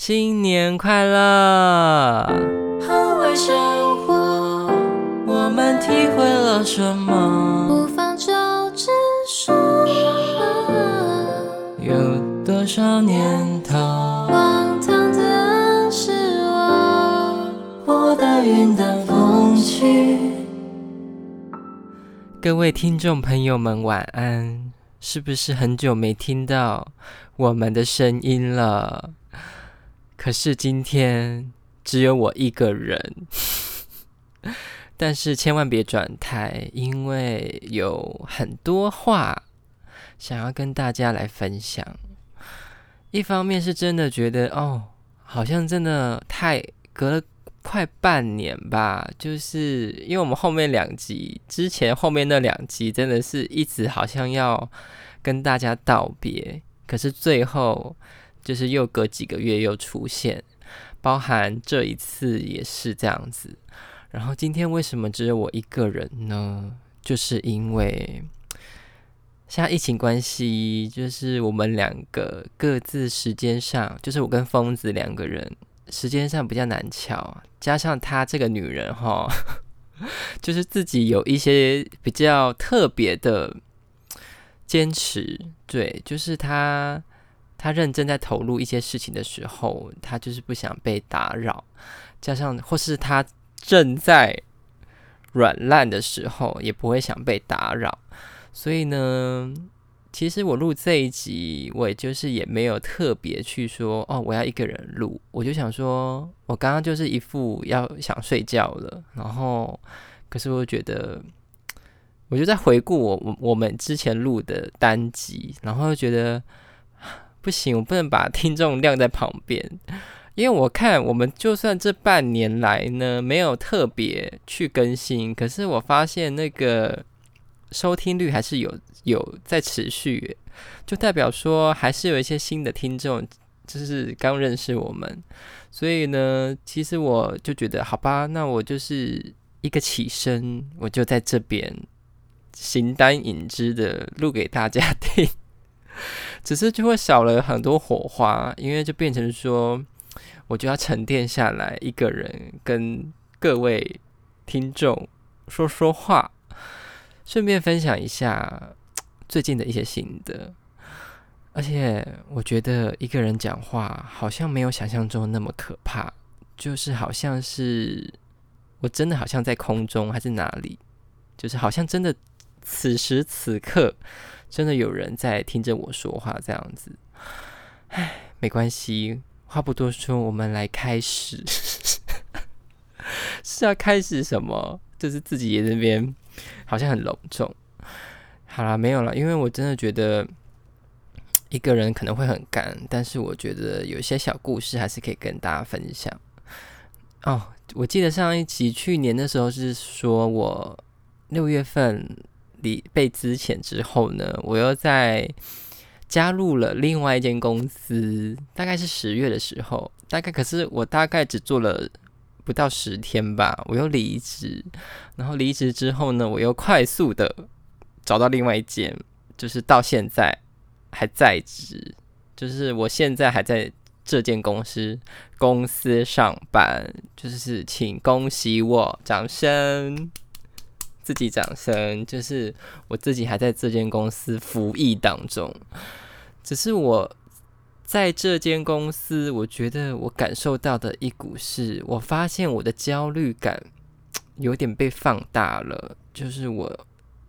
新年快乐！ 捍卫生活， 我们体会了什么？ 不妨就直说。 有多少年头？ 荒唐的是我的云淡风轻。 各位听众朋友们晚安，是不是很久没听到我们的声音了？可是今天只有我一个人，但是千万别转台，因为有很多话想要跟大家来分享。一方面是真的觉得好像真的太隔了快半年吧，就是因为我们后面2集之前后面那2集真的是一直好像要跟大家道别，可是最后就是又隔几个月又出现，包含这一次也是这样子。然后今天为什么只有我一个人呢？就是因为现在疫情关系，就是我们2个各自时间上，就是我跟疯子2个人时间上比较难瞧，加上她这个女人就是自己有一些比较特别的坚持，对，就是她认真在投入一些事情的时候，她就是不想被打扰，加上或是她正在软烂的时候，也不会想被打扰。所以呢，其实我录这一集，我也就是也没有特别去说我要一个人录，我就想说，我刚刚就是一副要想睡觉了，然后可是我觉得，我就在回顾我们之前录的单集，然后就觉得不行，我不能把听众晾在旁边，因为我看我们就算这半年来呢没有特别去更新，可是我发现那个收听率还是有在持续，就代表说还是有一些新的听众，就是刚认识我们，所以呢，其实我就觉得好吧，那我就是一个起身，我就在这边形单影只的录给大家听，只是就会少了很多火花，因为就变成说，我就要沉淀下来，一个人跟各位听众说说话。顺便分享一下最近的一些心得，而且我觉得一个人讲话好像没有想象中那么可怕，就是好像是我真的好像在空中还是哪里，就是好像真的此时此刻真的有人在听着我说话这样子。唉，没关系，话不多说，我们来开始。是要开始什么？就是自己也在那边好像很隆重。好啦，没有啦，因为我真的觉得一个人可能会很干，但是我觉得有一些小故事还是可以跟大家分享。我记得上一集去年的时候是说我6月份被资遣之后呢，我又在加入了另外一间公司，大概是10月的时候，可是我大概只做了不到10天吧，我又离职，然后离职之后呢，我又快速的找到另外一间，就是到现在还在职，就是我现在还在这间公司上班，就是请恭喜我，掌声，自己掌声，就是我自己还在这间公司服役当中，只是我在这间公司，我觉得我感受到的一股是，我发现我的焦虑感有点被放大了。就是我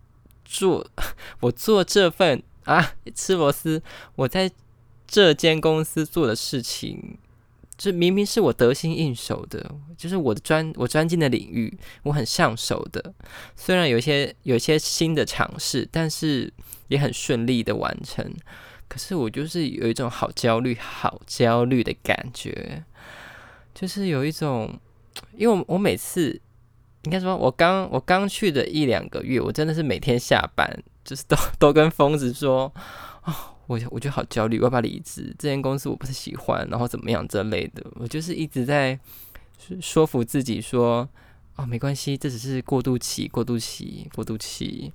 做这份吃螺丝，我在这间公司做的事情，这明明是我得心应手的，就是我专精的领域，我很上手的。虽然有一些新的尝试，但是也很顺利的完成。可是我就是有一种好焦虑的感觉，就是有一种，因为我每次应该说我刚去的1-2个月，我真的是每天下班就是都跟疯子说，我觉得好焦虑，我要不要离职？这间公司我不是喜欢，然后怎么样这类的，我就是一直在说服自己说，没关系，这只是过渡期。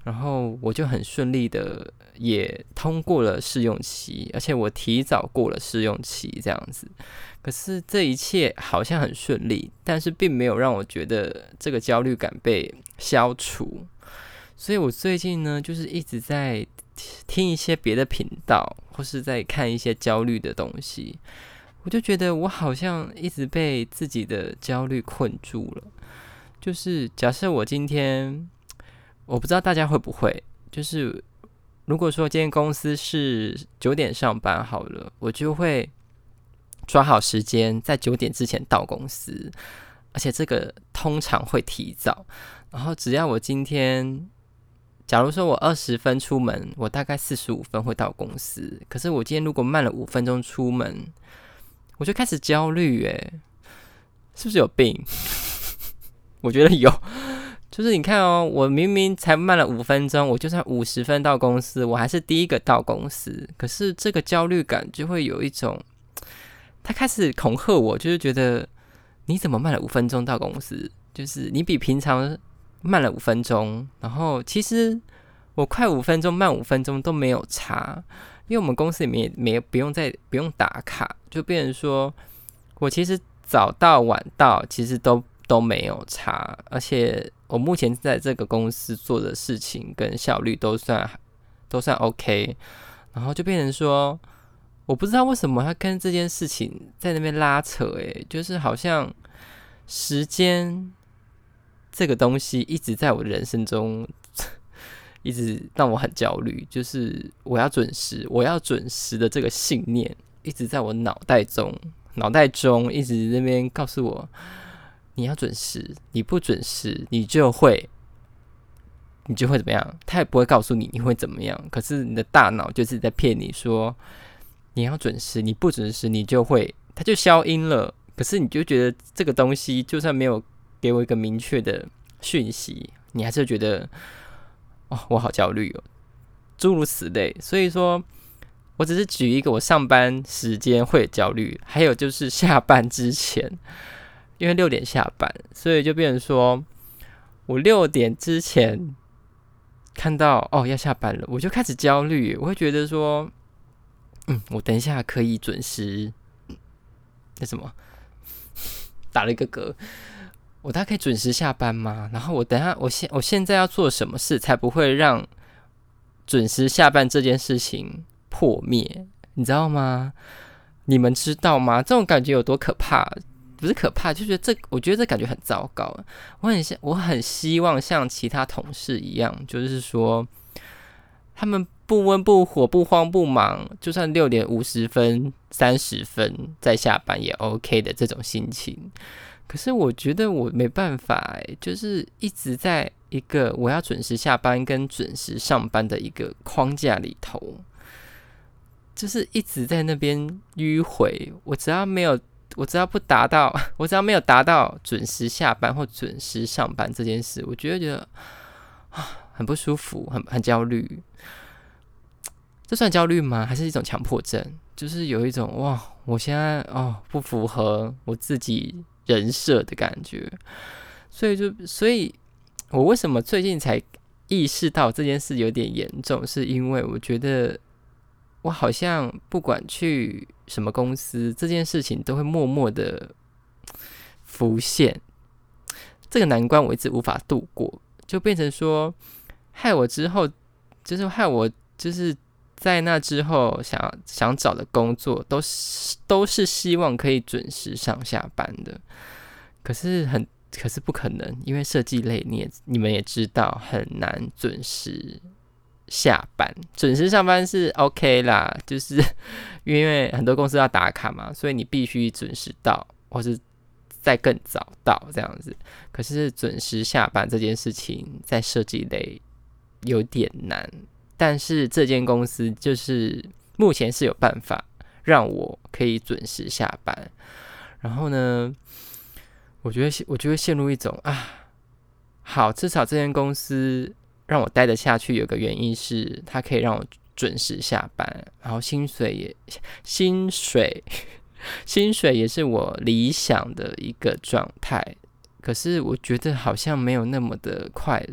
然后我就很顺利的也通过了试用期，而且我提早过了试用期这样子。可是这一切好像很顺利，但是并没有让我觉得这个焦虑感被消除。所以我最近呢，就是一直在听一些别的频道，或是在看一些焦虑的东西。我就觉得我好像一直被自己的焦虑困住了。就是假设我今天，我不知道大家会不会，就是如果说今天公司是9点上班好了，我就会抓好时间，在9点之前到公司，而且这个通常会提早。然后只要我今天，假如说我20分出门，我大概45分会到公司。可是我今天如果慢了5分钟出门，我就开始焦虑，是不是有病？我觉得有，就是你看哦，我明明才慢了5分钟，我就算50分到公司，我还是第一个到公司。可是这个焦虑感就会有一种，他开始恐吓我，就是觉得你怎么慢了5分钟到公司？就是你比平常慢了5分钟，然后其实我快5分钟、慢5分钟都没有差，因为我们公司里面也不用打卡，就变成说我其实早到晚到其实都没有差，而且我目前在这个公司做的事情跟效率都算 OK， 然后就变成说，我不知道为什么他跟这件事情在那边拉扯，就是好像时间这个东西一直在我的人生中，一直让我很焦虑，就是我要准时的这个信念，一直在我脑袋中一直那边告诉我。你要准时，你不准时，你就会怎么样？他也不会告诉你会怎么样。可是你的大脑就是在骗你说，你要准时，你不准时，你就会，它就消音了。可是你就觉得这个东西，就算没有给我一个明确的讯息，你还是觉得，哦，我好焦虑哦，诸如此类。所以说，我只是举一个我上班时间会焦虑，还有就是下班之前。因为6点下班，所以就变成说，我6点之前看到要下班了，我就开始焦虑。我会觉得说，我等一下可以准时，那什么，打了一个嗝，我大概可以准时下班吗？然后我等一下，我现在要做什么事才不会让准时下班这件事情破灭？你知道吗？你们知道吗？这种感觉有多可怕？不是可怕，就觉得我觉得这感觉很糟糕。我很希望像其他同事一样，就是说，他们不温不火、不慌不忙，就算6点50分、30分再下班也 OK 的这种心情。可是我觉得我没办法，就是一直在一个我要准时下班跟准时上班的一个框架里头，就是一直在那边迂回。我只要没有达到准时下班或准时上班这件事，我觉得很不舒服，很焦虑。这算焦虑吗？还是一种强迫症？就是有一种我现在不符合我自己人设的感觉。所以我为什么最近才意识到这件事有点严重，是因为我觉得我好像不管去什么公司，这件事情都会默默的浮现，这个难关我一直无法度过，就变成说，害我就是在那之后想找的工作都是希望可以准时上下班的，可是不可能，因为设计类你们也知道很难准时下班。准时上班是 OK 啦，就是因为很多公司要打卡嘛，所以你必须准时到，或是再更早到这样子。可是准时下班这件事情在设计类有点难，但是这间公司就是目前是有办法让我可以准时下班。然后呢，我就会陷入一种好，至少这间公司让我待得下去，有个原因是它可以让我准时下班，然后薪水也是我理想的一个状态。可是我觉得好像没有那么的快乐，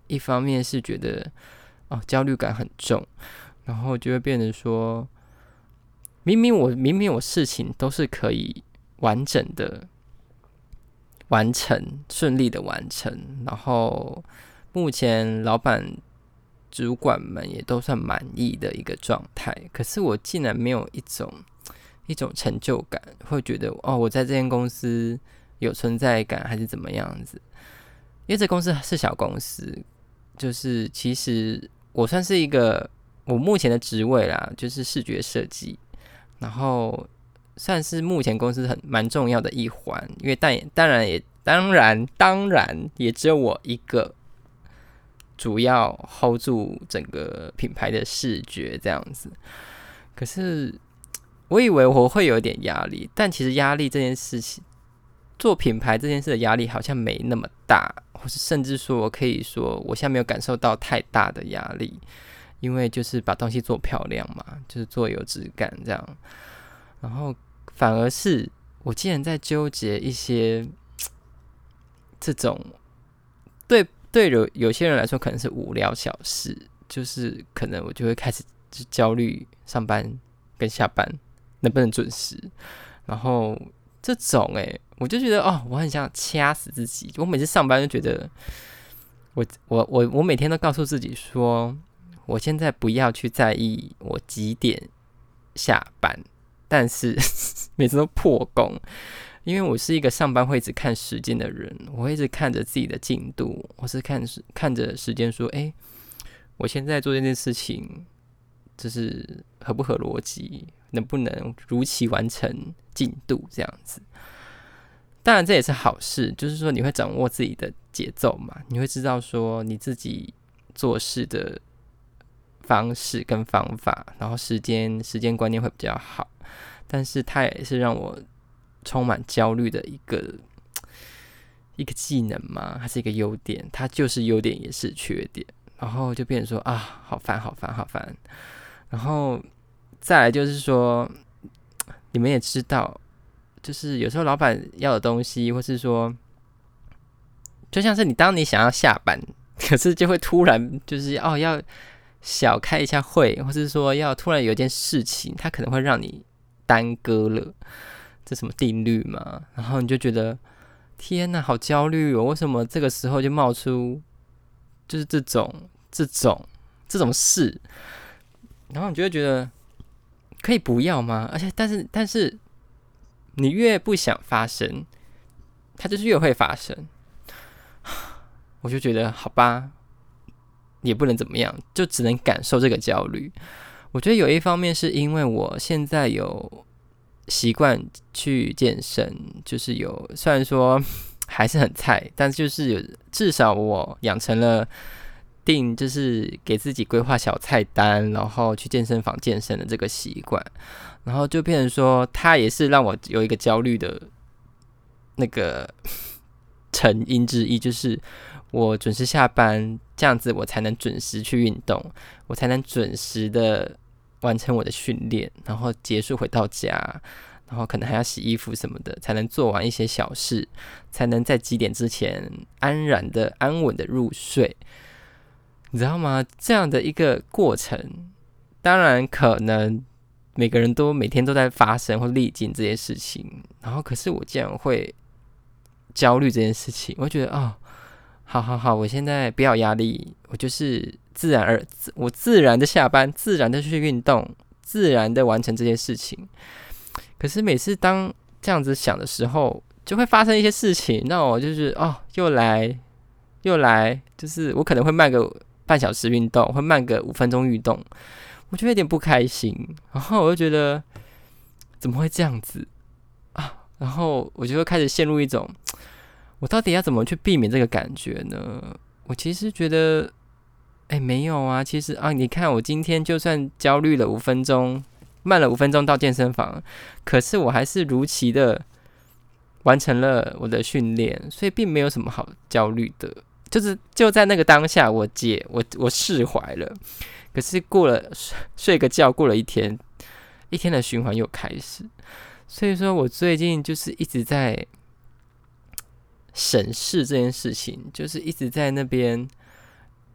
一方面是觉得焦虑感很重，然后就会变成说，明明我事情都是可以完整的完成，顺利的完成，然后目前老板主管们也都算满意的一个状态，可是我竟然没有一种成就感，会觉得我在这间公司有存在感还是怎么样子。因为这公司是小公司，就是其实我算是一个我目前的职位啦，就是视觉设计，然后算是目前公司蛮重要的一环，因为当然也只有我一个主要 hold 住整个品牌的视觉这样子。可是我以为我会有点压力，但其实压力这件事情，做品牌这件事的压力好像没那么大，或是甚至说我可以说我现在没有感受到太大的压力，因为就是把东西做漂亮嘛，就是做有质感这样。然后反而是我竟然在纠结一些这种对有些人来说可能是无聊小事，就是可能我就会开始就焦虑上班跟下班能不能准时，然后这种我就觉得我很想掐死自己。我每次上班就觉得我每天都告诉自己说，我现在不要去在意我几点下班，但是每次都破功，因为我是一个上班会一直看时间的人，我会一直看着自己的进度，或是看着时间说，我现在做这件事情，就是合不合逻辑，能不能如期完成进度这样子。当然这也是好事，就是说你会掌握自己的节奏嘛，你会知道说你自己做事的方式跟方法，然后时间观念会比较好。但是它也是让我充满焦虑的一个技能嘛，它是一个优点，它就是优点也是缺点，然后就变成说好烦。然后再来就是说，你们也知道，就是有时候老板要的东西，或是说，就像是当你想要下班，可是就会突然就是要小开一下会，或是说要突然有一件事情，它可能会让你耽搁了，这什么定律嘛？然后你就觉得天哪，好焦虑哦！为什么这个时候就冒出就是这种事？然后你就会觉得可以不要吗？而且但是你越不想发生，它就是越会发生。我就觉得好吧，也不能怎么样，就只能感受这个焦虑。我觉得有一方面是因为我现在有习惯去健身，就是虽然说还是很菜，但是就是至少我养成了就是给自己规划小菜单，然后去健身房健身的这个习惯，然后就变成说，它也是让我有一个焦虑的那个成因之一，就是我准时下班，这样子我才能准时去运动，我才能准时的完成我的训练，然后结束回到家，然后可能还要洗衣服什么的，才能做完一些小事，才能在几点之前安稳的入睡。你知道吗？这样的一个过程，当然可能每个人都每天都在发生或历经这些事情，然后可是我竟然会焦虑这件事情，我觉得好，我现在不要压力，我就是自然的下班，自然的去运动，自然的完成这些事情。可是每次当这样子想的时候，就会发生一些事情，那我就是又来，就是我可能会慢个半小时运动，会慢个5分钟运动，我就有点不开心，然后我就觉得怎么会这样子啊？然后我就会开始陷入一种，我到底要怎么去避免这个感觉呢？我其实觉得，没有啊，其实你看我今天就算焦虑了5分钟，慢了5分钟到健身房，可是我还是如期的完成了我的训练，所以并没有什么好焦虑的。就在那个当下，我释怀了。可是睡个觉，过了一天的循环又开始。所以说我最近就是一直在审视这件事情，就是一直在那边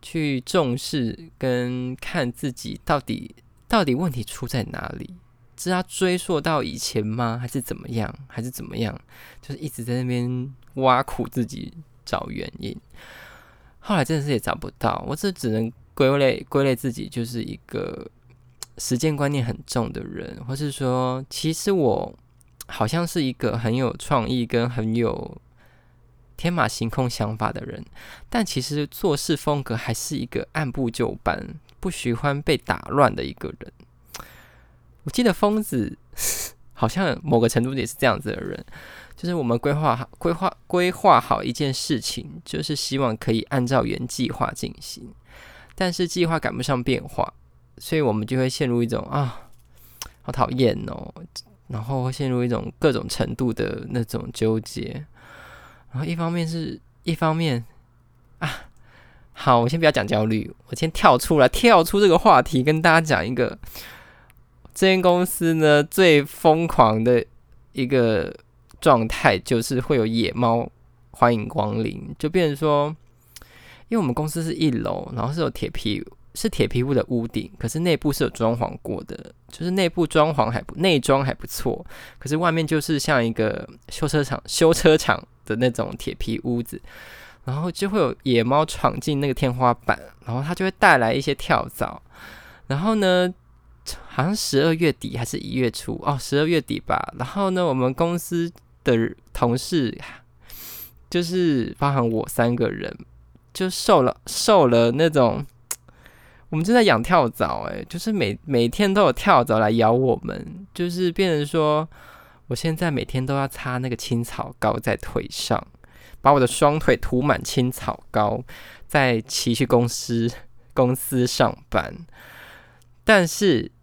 去重视跟看自己到底问题出在哪里，是要追溯到以前吗？还是怎么样？就是一直在那边挖苦自己找原因。后来真的是也找不到，我只能归类自己就是一个时间观念很重的人，或是说，其实我好像是一个很有创意跟很有天马行空想法的人，但其实做事风格还是一个按部就班，不喜欢被打乱的一个人。我记得疯子好像某个程度也是这样子的人，就是我们规划好一件事情，就是希望可以按照原计划进行，但是计划赶不上变化，所以我们就会陷入一种好讨厌哦，然后会陷入一种各种程度的那种纠结。然后一方面好，我先不要讲焦虑，我先跳出这个话题，跟大家讲一个这间公司呢最疯狂的一个状态，就是会有野猫欢迎光临，就变成说，因为我们公司是1楼，然后是有铁皮屋的屋顶，可是内部是有装潢过的，就是内装还不错，可是外面就是像一个修车厂的那种铁皮屋子，然后就会有野猫闯进那个天花板，然后它就会带来一些跳蚤，然后呢，好像12月底还是1月初12月底吧，然后呢，我们公司的同事就是包含我3个人，就受了那种。我们就在养跳蚤，就是每天都有跳蚤来咬我们，就是变成说，我现在每天都要擦那个青草膏在腿上，把我的双腿涂满青草膏，再骑去公司上班。但是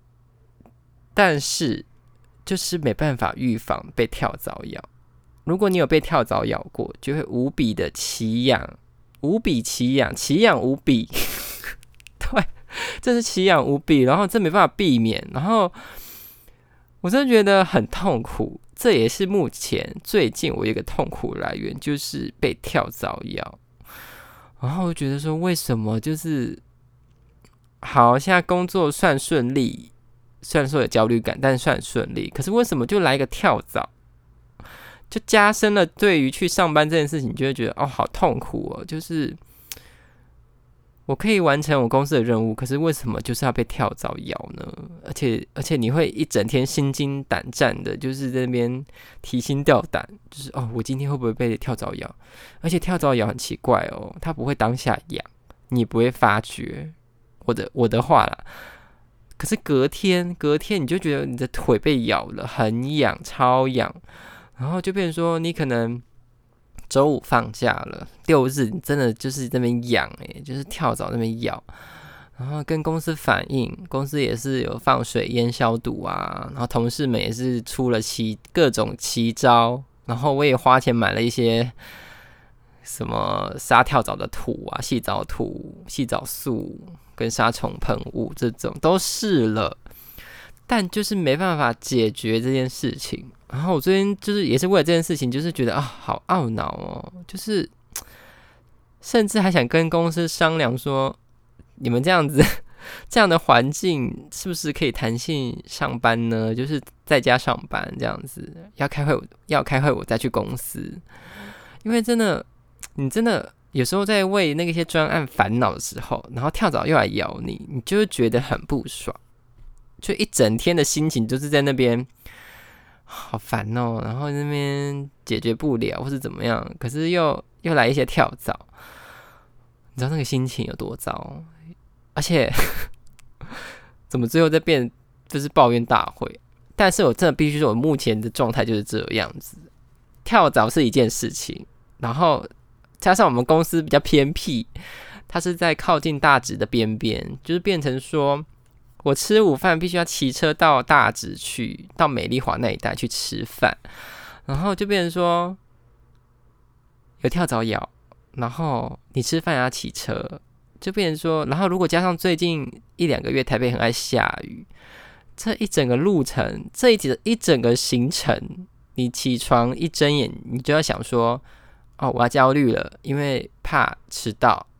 就是没办法预防被跳蚤咬。如果你有被跳蚤咬过，就会无比的奇痒，奇痒无比。对。这是奇痒无比，然后这没办法避免，然后我真的觉得很痛苦，这也是目前最近我有一个痛苦来源，就是被跳蚤咬。然后我觉得说，为什么就是好，现在工作算顺利，虽然说有焦虑感，但是算顺利，可是为什么就来一个跳蚤，就加深了对于去上班这件事情，就会觉得好痛苦哦，就是。我可以完成我公司的任务，可是为什么就是要被跳蚤咬呢？而且你会一整天心惊胆战的，就是在那边提心吊胆，就是我今天会不会被跳蚤咬？而且跳蚤咬很奇怪哦，它不会当下痒，你不会发觉。我的话啦，可是隔天你就觉得你的腿被咬了，很痒，超痒，然后就变成说你可能。周5放假了，6日你真的就是那边痒就是跳蚤那边咬，然后跟公司反映，公司也是有放水烟消毒啊，然后同事们也是出了各种奇招，然后我也花钱买了一些什么杀跳蚤的土啊、细藻土、细藻素跟杀虫喷雾，这种都试了，但就是没办法解决这件事情。然后我最近就是也是为了这件事情，就是觉得好懊恼哦，就是甚至还想跟公司商量说，你们这样子这样的环境是不是可以弹性上班呢？就是在家上班这样子，要开会我再去公司，因为你真的有时候在为那些专案烦恼的时候，然后跳蚤又来咬你，你就会觉得很不爽，就一整天的心情就是在那边。好烦哦，然后那边解决不了或是怎么样，可是又来一些跳蚤，你知道那个心情有多糟？而且怎么最后再变就是抱怨大会？但是我真的必须说，我目前的状态就是这样子。跳蚤是一件事情，然后加上我们公司比较偏僻，它是在靠近大直的边边，就是变成说。我吃午饭必须要骑车到大直去，到美丽华那一带去吃饭，然后就变成说有跳蚤咬，然后你吃饭也要骑车，就变成说，然后如果加上最近1-2个月台北很爱下雨，这一整个路程，这一整个行程，你起床一睁眼，你就要想说，我要焦虑了，因为怕迟到，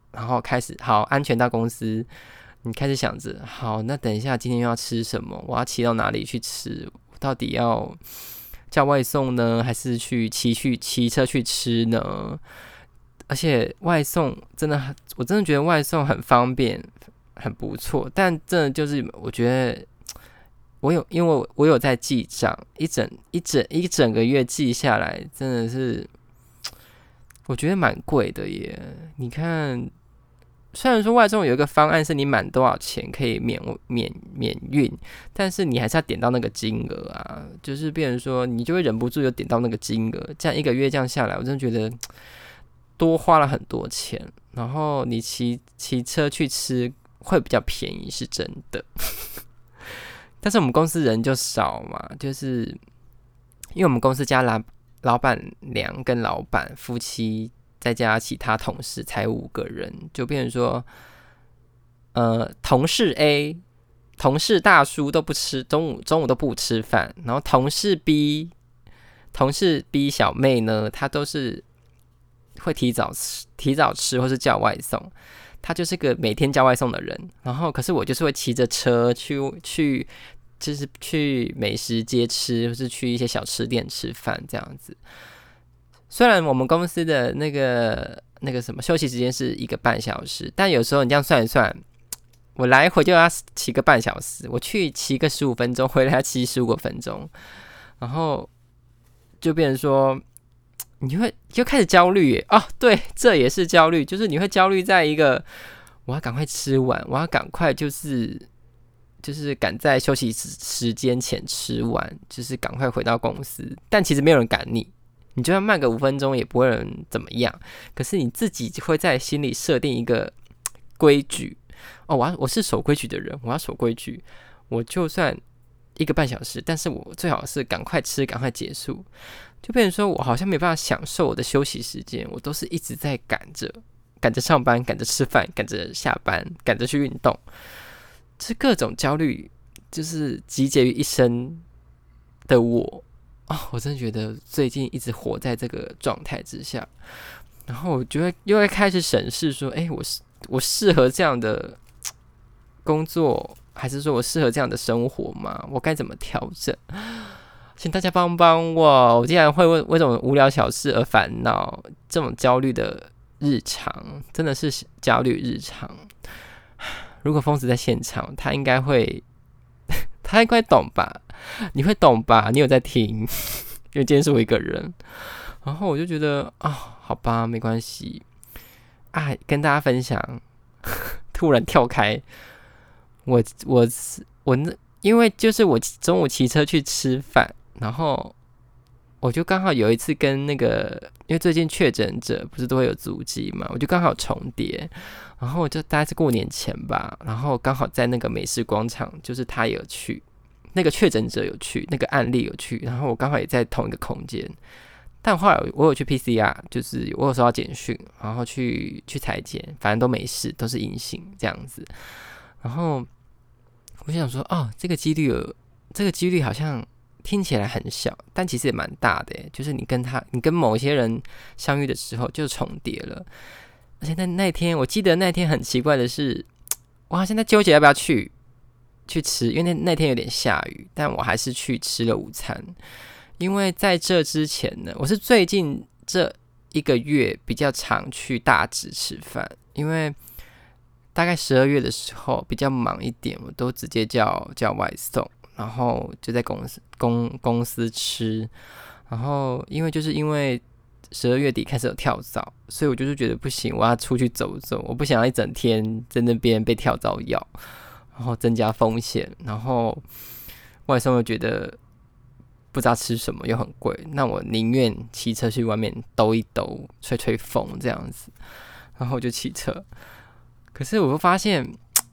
然后开始好安全到公司，你开始想着好，那等一下今天又要吃什么？我要骑到哪里去吃？我到底要叫外送呢，还是骑车去吃呢？而且外送真的，我真的觉得外送很方便，很不错。但真的就是我觉得。因为我有在记账，一整个月记下来，真的是我觉得蛮贵的耶。你看，虽然说外送有一个方案是你满多少钱可以免运，但是你还是要点到那个金额啊，就是变成说你就会忍不住有点到那个金额，这样一个月这样下来，我真的觉得多花了很多钱。然后你骑车去吃会比较便宜，是真的。但是我们公司人就少嘛，就是因为我们公司加老板娘跟老板夫妻，再加其他同事才5个人，就变成说，同事 A、同事大叔都不吃中午都不吃饭，然后同事 B 小妹呢，她都是会提早吃或是叫外送。他就是个每天叫外送的人，然后可是我就是会骑着车就是去美食街吃，或是去一些小吃店吃饭这样子。虽然我们公司的那个什么休息时间是1个半小时，但有时候你这样算一算，我来回就要骑个半小时，我去骑个15分钟，回来骑15分钟，然后就变成说。你就开始焦虑耶哦，对，这也是焦虑，就是你会焦虑在一个我要赶快吃完，我要赶快就是赶在休息时间前吃完，就是赶快回到公司。但其实没有人赶你，你就算慢个5分钟也不会有人怎么样。可是你自己会在心里设定一个规矩哦，我是守规矩的人，我要守规矩，我就算1个半小时，但是我最好是赶快吃，赶快结束。就变成说我好像没办法享受我的休息时间，我都是一直在赶着上班，赶着吃饭，赶着下班，赶着去运动，这各种焦虑就是集结于一身的我我真的觉得最近一直活在这个状态之下，然后我就会又会开始审视说，我适合这样的工作，还是说我适合这样的生活吗？我该怎么调整？请大家帮帮我！我竟然会为这种无聊小事而烦恼，这种焦虑的日常，真的是焦虑日常。如果疯子在现场，他应该懂吧？你会懂吧？你有在听？因为今天是我一个人，然后我就觉得好吧，没关系跟大家分享。突然跳开，我因为就是我中午骑车去吃饭。然后我就刚好有一次跟因为最近确诊者不是都会有足迹嘛，我就刚好重叠，然后我就大概是过年前吧，然后刚好在那个美食广场，就是他有去，那个确诊者有去，那个案例有去，然后我刚好也在同一个空间，但后来我有去 PCR， 就是我有收到简讯，然后去采检，反正都没事，都是阴性这样子，然后我就想说这个几率好像。听起来很小，但其实也蛮大的耶，就是你跟某些人相遇的时候就重叠了。而且那天，我记得那天很奇怪的是，我好像在纠结要不要去吃，因为那天有点下雨，但我还是去吃了午餐。因为在这之前呢，我是最近这1个月比较常去大直吃饭，因为大概12月的时候比较忙一点，我都直接叫外送。然后就在公司吃，然后因为12月底开始有跳蚤，所以我就是觉得不行，我要出去走走，我不想要一整天在那边被跳蚤咬，然后增加风险，然后外送又觉得不知道吃什么又很贵，那我宁愿骑车去外面兜一兜，吹吹风这样子，然后我就骑车，可是我会发现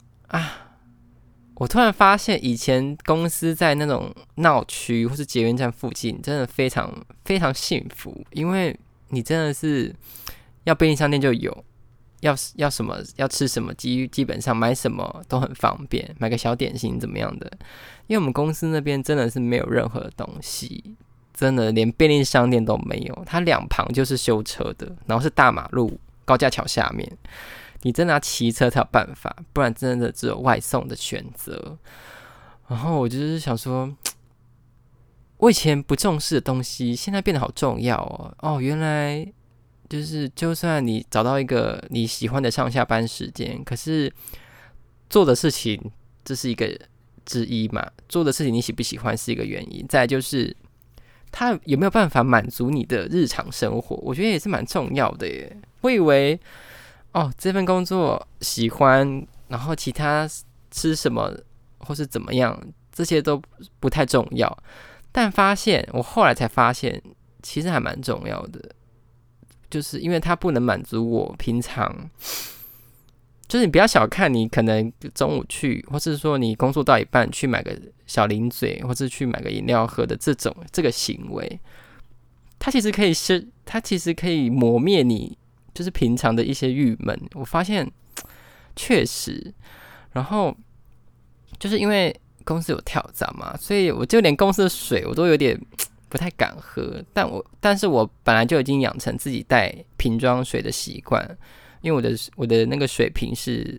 我突然发现，以前公司在那种闹区或是捷运站附近，真的非常非常幸福，因为你真的是要便利商店就有，要什么要吃什么，基本上买什么都很方便，买个小点心怎么样的。因为我们公司那边真的是没有任何东西，真的连便利商店都没有，它2旁就是修车的，然后是大马路高架桥下面。 你真的要骑车才有办法，不然真的只有外送的选择。然后我就是想说，我以前不重视的东西，现在变得好重要哦。原来就是就算你找到一个你喜欢的上下班时间，可是做的事情这是一个之一嘛，做的事情你喜不喜欢是一个原因，再来就是它有没有办法满足你的日常生活，我觉得也是蛮重要的耶。我以为这份工作喜欢，然后其他吃什么或是怎么样，这些都不太重要，但我后来才发现，其实还蛮重要的，就是因为它不能满足我平常。就是你不要小看你可能中午去，或是说你工作到一半去买个小零嘴，或是去买个饮料喝的这个行为，它其实可以磨灭你就是平常的一些郁闷。我发现确实，然后就是因为公司有跳蚤嘛，所以我就连公司的水我都有点不太敢喝。但是我本来就已经养成自己带瓶装水的习惯。因为我的那个水瓶是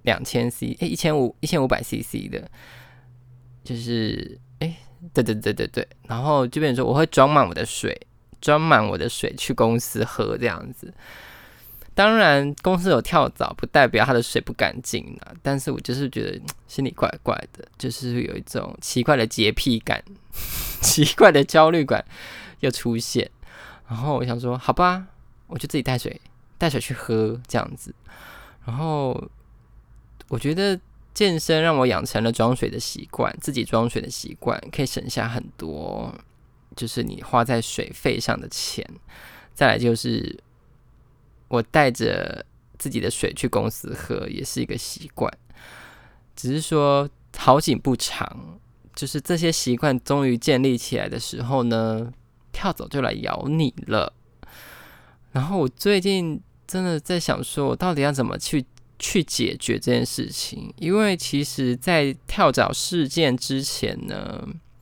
1500 CC 的，就是对，然后就变成说我会装满我的水去公司喝这样子。当然公司有跳蚤不代表它的水不干净啦，但是我就是觉得心里怪怪的，就是有一种奇怪的洁癖感奇怪的焦虑感又出现。然后我想说好吧，我就自己带水去喝这样子。然后我觉得健身让我养成了装水的习惯，自己装水的习惯可以省下很多，就是你花在水费上的钱。再来就是我带着自己的水去公司喝，也是一个习惯。只是说好景不长，就是这些习惯终于建立起来的时候呢，跳蚤就来咬你了。然后我最近真的在想说，我到底要怎么去解决这件事情？因为其实在跳蚤事件之前呢，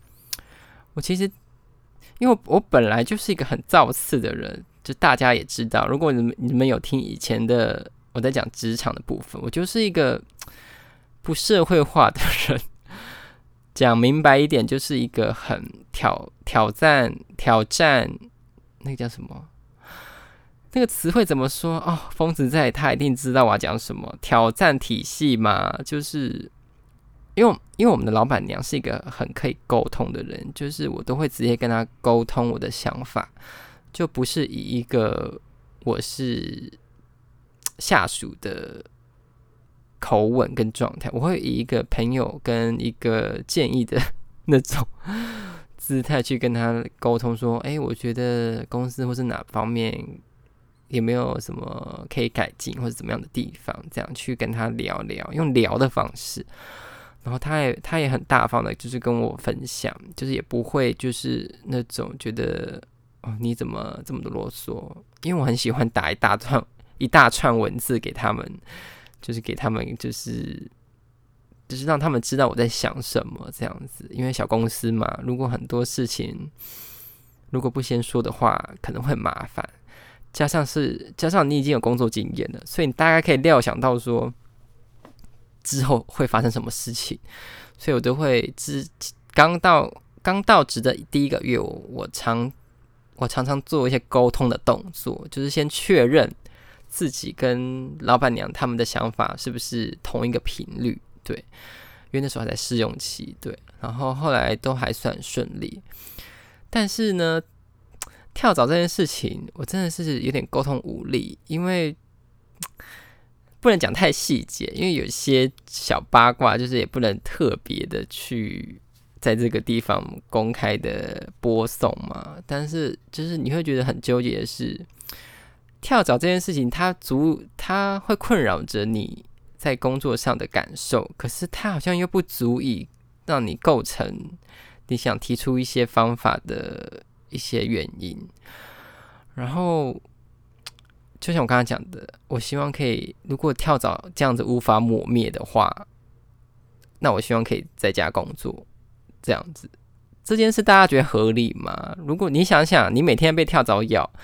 因为我本来就是一个很造次的人，就大家也知道，如果你们有听以前的我在讲职场的部分，我就是一个不社会化的人。讲明白一点，就是一个很挑战，那个叫什么？那个词汇怎么说？疯子在他一定知道我要讲什么。挑战体系嘛，就是因为我们的老板娘是一个很可以沟通的人，就是我都会直接跟她沟通我的想法，就不是以一个我是下属的口吻跟状态，我会以一个朋友跟一个建议的那种姿态去跟他沟通说，我觉得公司或是哪方面有没有什么可以改进或者怎么样的地方，这样去跟他聊聊，用聊的方式。然后他也很大方的，就是跟我分享，就是也不会就是那种觉得你怎么这么多啰嗦，因为我很喜欢打一大串文字给他们，就是给他们就是让他们知道我在想什么这样子。因为小公司嘛，如果很多事情如果不先说的话，可能会很麻烦。加上你已经有工作经验了，所以你大概可以料想到说之后会发生什么事情。所以我都会刚到职的第一个月，我常常做一些沟通的动作，就是先确认自己跟老板娘他们的想法是不是同一个频率。对，因为那时候还在试用期。对，然后后来都还算顺利。但是呢，跳蚤这件事情我真的是有点沟通无力，因为不能讲太细节，因为有些小八卦就是也不能特别的去在这个地方公开的播送嘛。但是就是你会觉得很纠结的是，跳蚤这件事情它会困扰着你在工作上的感受，可是它好像又不足以让你构成你想提出一些方法的一些原因。然后就像我刚刚讲的，我希望可以，如果跳蚤这样子无法抹灭的话，那我希望可以在家工作这样子。这件事大家觉得合理吗？如果你想想，你每天被跳蚤咬，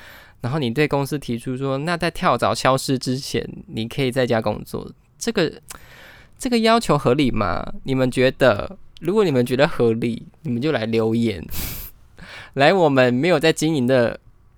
然后你对公司提出说，那在跳蚤消失之前，你可以在家工作，这个要求合理吗？你们觉得？如果你们觉得合理，你们就来留言，来我们没有在经营的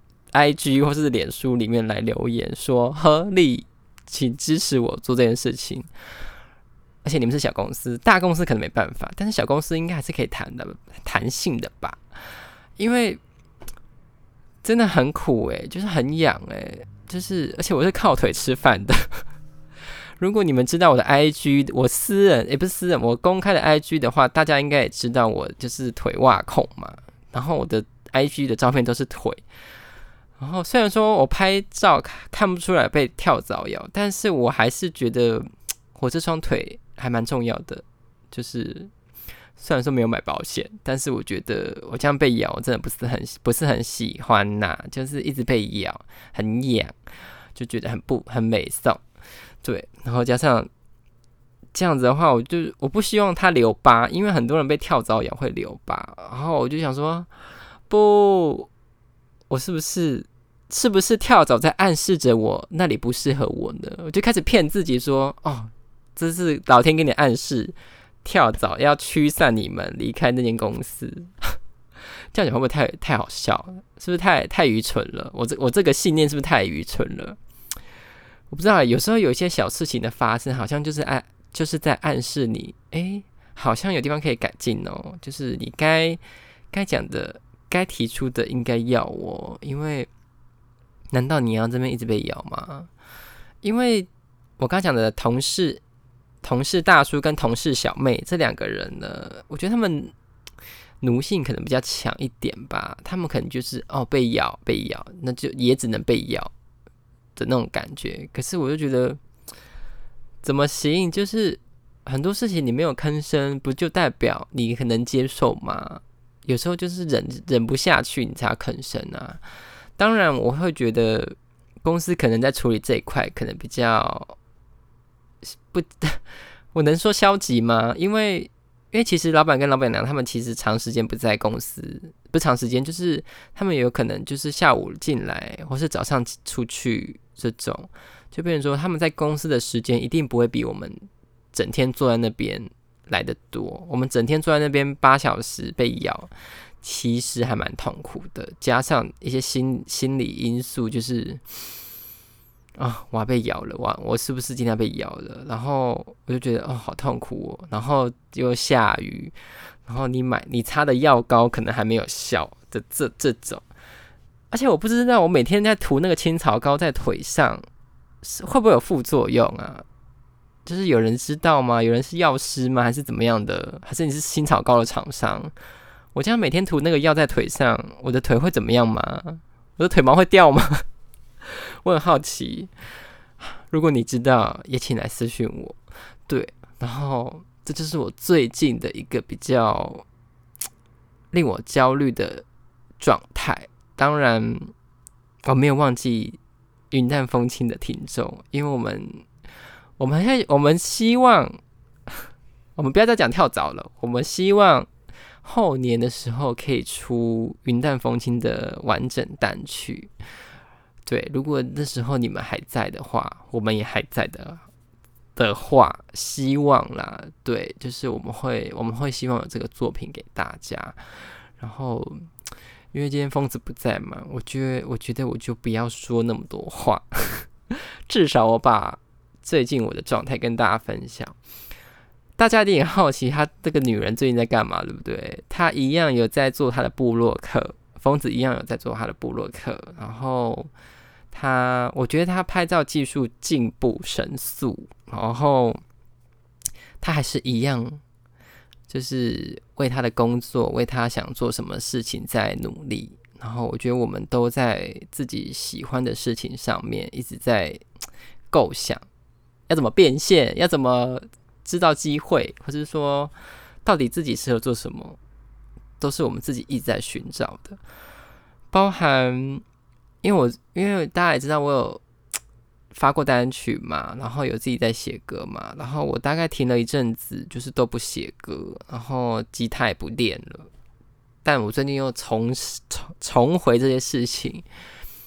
IG 或是脸书里面来留言说合理，请支持我做这件事情。而且你们是小公司，大公司可能没办法，但是小公司应该还是可以谈的，弹性的吧？因为真的很苦就是很痒就是而且我是靠腿吃饭的。如果你们知道我的 IG， 我私人也不是私人，我公开的 IG 的话，大家应该也知道我就是腿袜控嘛。然后我的 IG 的照片都是腿，然后虽然说我拍照看不出来被跳蚤咬，但是我还是觉得我这双腿还蛮重要的。就是虽然说没有买保险，但是我觉得我这样被咬真的不是很喜欢呐，就是一直被咬，很痒，就觉得很美送。对，然后加上这样子的话，我不希望它留疤，因为很多人被跳蚤咬会留疤。然后我就想说，不，我是不是跳蚤在暗示着我那里不适合我呢？我就开始骗自己说，哦，这是老天给你暗示，跳蚤要驱散你们离开那间公司。这样讲会不会太好笑了？是不是太愚蠢了？我这个信念是不是太愚蠢了？我不知道，有时候有一些小事情的发生，好像就是在暗示你，好像有地方可以改进哦。就是你该讲的、该提出的，应该要哦。因为难道你要这边一直被咬吗？因为我刚讲的同事大叔跟同事小妹这两个人呢，我觉得他们奴性可能比较强一点吧。他们可能就是被咬，那就也只能被咬的那种感觉。可是我就觉得怎么行？就是很多事情你没有吭声，不就代表你可能接受吗？有时候就是忍不下去，你才要吭声啊。当然，我会觉得公司可能在处理这一块，可能比较不，我能说消极吗？因为其实老板跟老板娘他们其实长时间不在公司，不是长时间，就是他们有可能就是下午进来，或是早上出去，这种就变成说他们在公司的时间一定不会比我们整天坐在那边来得多。我们整天坐在那边8小时被咬，其实还蛮痛苦的，加上一些心理因素，就是我要被咬了，我是不是今天被咬了？然后我就觉得好痛苦哦。然后又下雨，然后你擦的药膏可能还没有效的这种。而且我不知道我每天在涂那个青草膏在腿上会不会有副作用啊？就是有人知道吗？有人是药师吗？还是怎么样的？还是你是青草膏的厂商？我这样每天涂那个药在腿上，我的腿会怎么样吗？我的腿毛会掉吗？我很好奇，如果你知道，也请来私讯我。对，然后这就是我最近的一个比较令我焦虑的状态。当然，我没有忘记云淡风轻的听众，因为我们希望，我们不要再讲跳蚤了，我们希望后年的时候可以出云淡风轻的完整单曲。对，如果那时候你们还在的话，我们也还在的话，希望啦，对，就是我们会希望有这个作品给大家。然后，因为今天疯子不在嘛，我觉得我就不要说那么多话，至少我把最近我的状态跟大家分享。大家一定很好奇，她这个女人最近在干嘛，对不对？她一样有在做她的部落客，疯子一样有在做她的部落客，然后我觉得他拍照技术进步神速，然后他还是一样，就是为他的工作，为他想做什么事情在努力。然后我觉得我们都在自己喜欢的事情上面一直在构想，要怎么变现，要怎么知道机会，或是说到底自己适合做什么，都是我们自己一直在寻找的，包含。因为大家也知道我有发过单曲嘛，然后有自己在写歌嘛，然后我大概停了一阵子，就是都不写歌，然后吉他也不练了。但我最近又重回这些事情，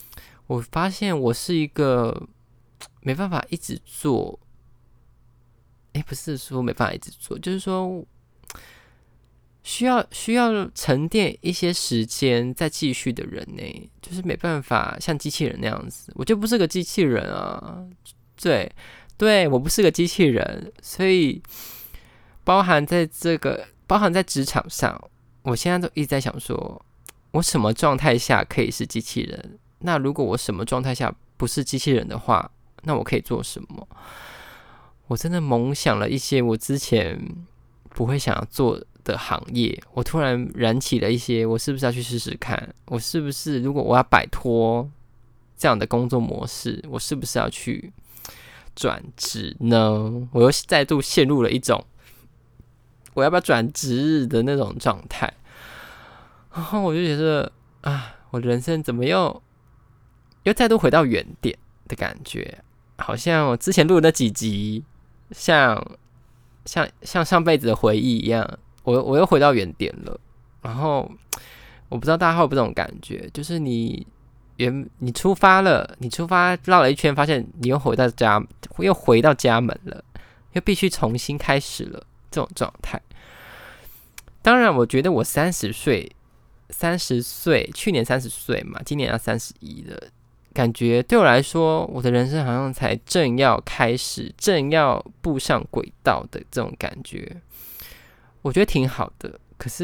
我发现我是一个没办法一直做，不是说没办法一直做，就是说需要沉淀一些时间再继续的人呢，就是没办法像机器人那样子，我就不是个机器人啊，对，我不是个机器人，所以包含在职场上，我现在都一直在想说，我什么状态下可以是机器人？那如果我什么状态下不是机器人的话，那我可以做什么？我真的猛想了一些我之前不会想要做的行业，我突然燃起了一些，我是不是要去试试看？我是不是如果我要摆脱这样的工作模式，我是不是要去转职呢？我又再度陷入了一种我要不要转职的那种状态，然后我就觉得我的人生怎么又再度回到原点的感觉，好像我之前录的那几集，像上辈子的回忆一样，我又回到原点了。然后我不知道大家会不会这种感觉，就是你出发绕了一圈，发现你又回到家门了，又必须重新开始了这种状态。当然，我觉得我30岁，去年30岁嘛，今年要31了。感觉对我来说，我的人生好像才正要开始，正要步上轨道的这种感觉，我觉得挺好的。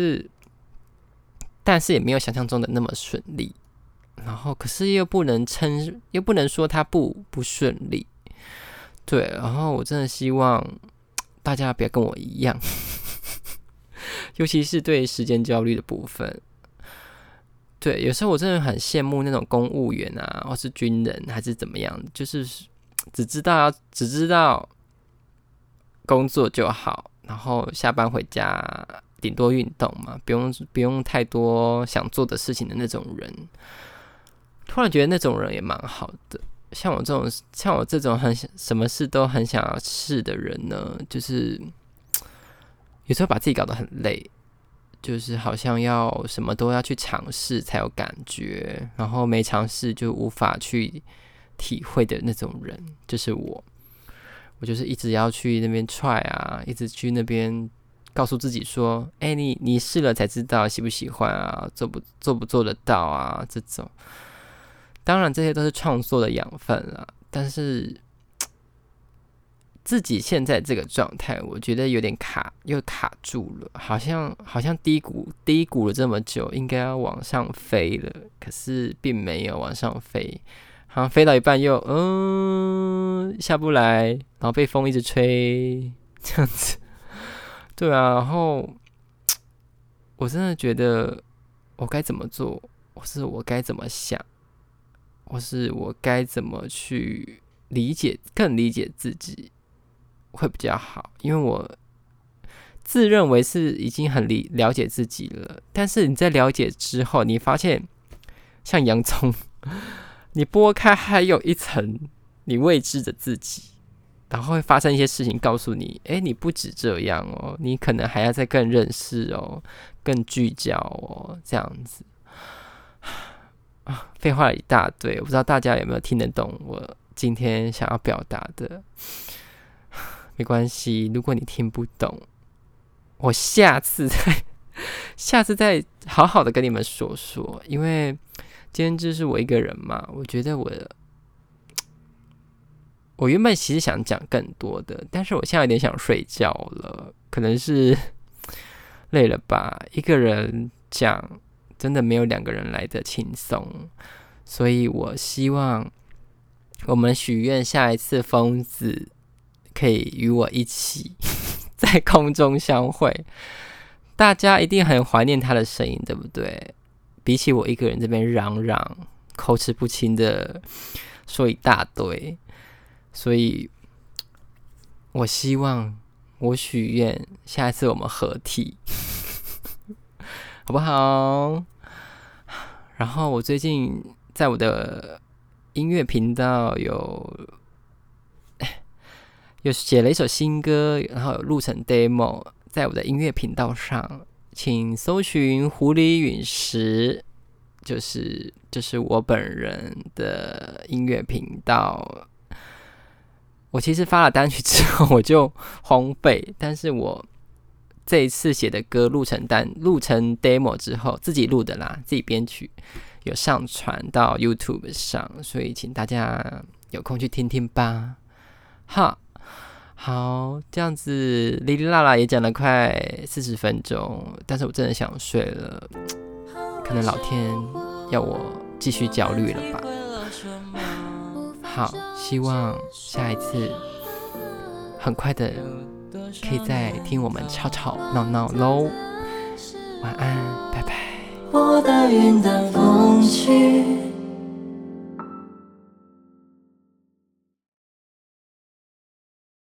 但是也没有想象中的那么顺利。然后，可是又不能说它不顺利。对，然后我真的希望大家不要跟我一样，尤其是对时间焦虑的部分。对，有时候我真的很羡慕那种公务员啊，或是军人，还是怎么样，就是只知道工作就好，然后下班回家顶多运动嘛，不用太多想做的事情的那种人。突然觉得那种人也蛮好的。像我这种什么事都很想要试的人呢，就是有时候把自己搞得很累。就是好像要什么都要去尝试才有感觉，然后没尝试就无法去体会的那种人，就是我就是一直要去那边 try 啊，一直去那边告诉自己说，你试了才知道喜不喜欢啊，做不做得到啊，这种。当然这些都是创作的养分啦，但是自己现在这个状态，我觉得有点又卡住了，好像低谷了这么久，应该要往上飞了，可是并没有往上飞，好像飞到一半又下不来，然后被风一直吹，这样子。对啊，然后我真的觉得我该怎么做，或是我该怎么想，或是我该怎么去更理解自己。会比较好，因为我自认为是已经很了解自己了，但是你在了解之后，你发现像洋葱，你剥开还有一层你未知的自己，然后会发生一些事情告诉你，你不止这样哦，你可能还要再更认识哦，更聚焦哦，这样子。废话了一大堆，我不知道大家有没有听得懂我今天想要表达的。没关系，如果你听不懂，我下次再好好的跟你们说，因为今天就是我一个人嘛，我觉得我原本其实想讲更多的，但是我现在有点想睡觉了，可能是累了吧，一个人讲真的没有2个人来的轻松，所以我希望我们许愿下一次疯子可以与我一起在空中相会，大家一定很怀念他的声音，对不对？比起我一个人这边嚷嚷、口齿不清的说一大堆，所以我希望我许愿下一次我们合体，好不好？然后我最近在我的音乐频道有写了一首新歌，然后有录成 demo， 在我的音乐频道上，请搜寻狐狸陨石就是我本人的音乐频道。我其实发了单曲之后我就荒废，但是我这一次写的歌录成 demo 之后，自己录的啦，自己编曲，有上传到 YouTube 上，所以请大家有空去听听吧。好，这样子哩哩啦啦也讲了快40分钟，但是我真的想睡了，可能老天要我继续焦虑了吧。好，希望下一次很快的可以再听我们吵吵闹闹咯。晚安，拜拜。 我的云淡风轻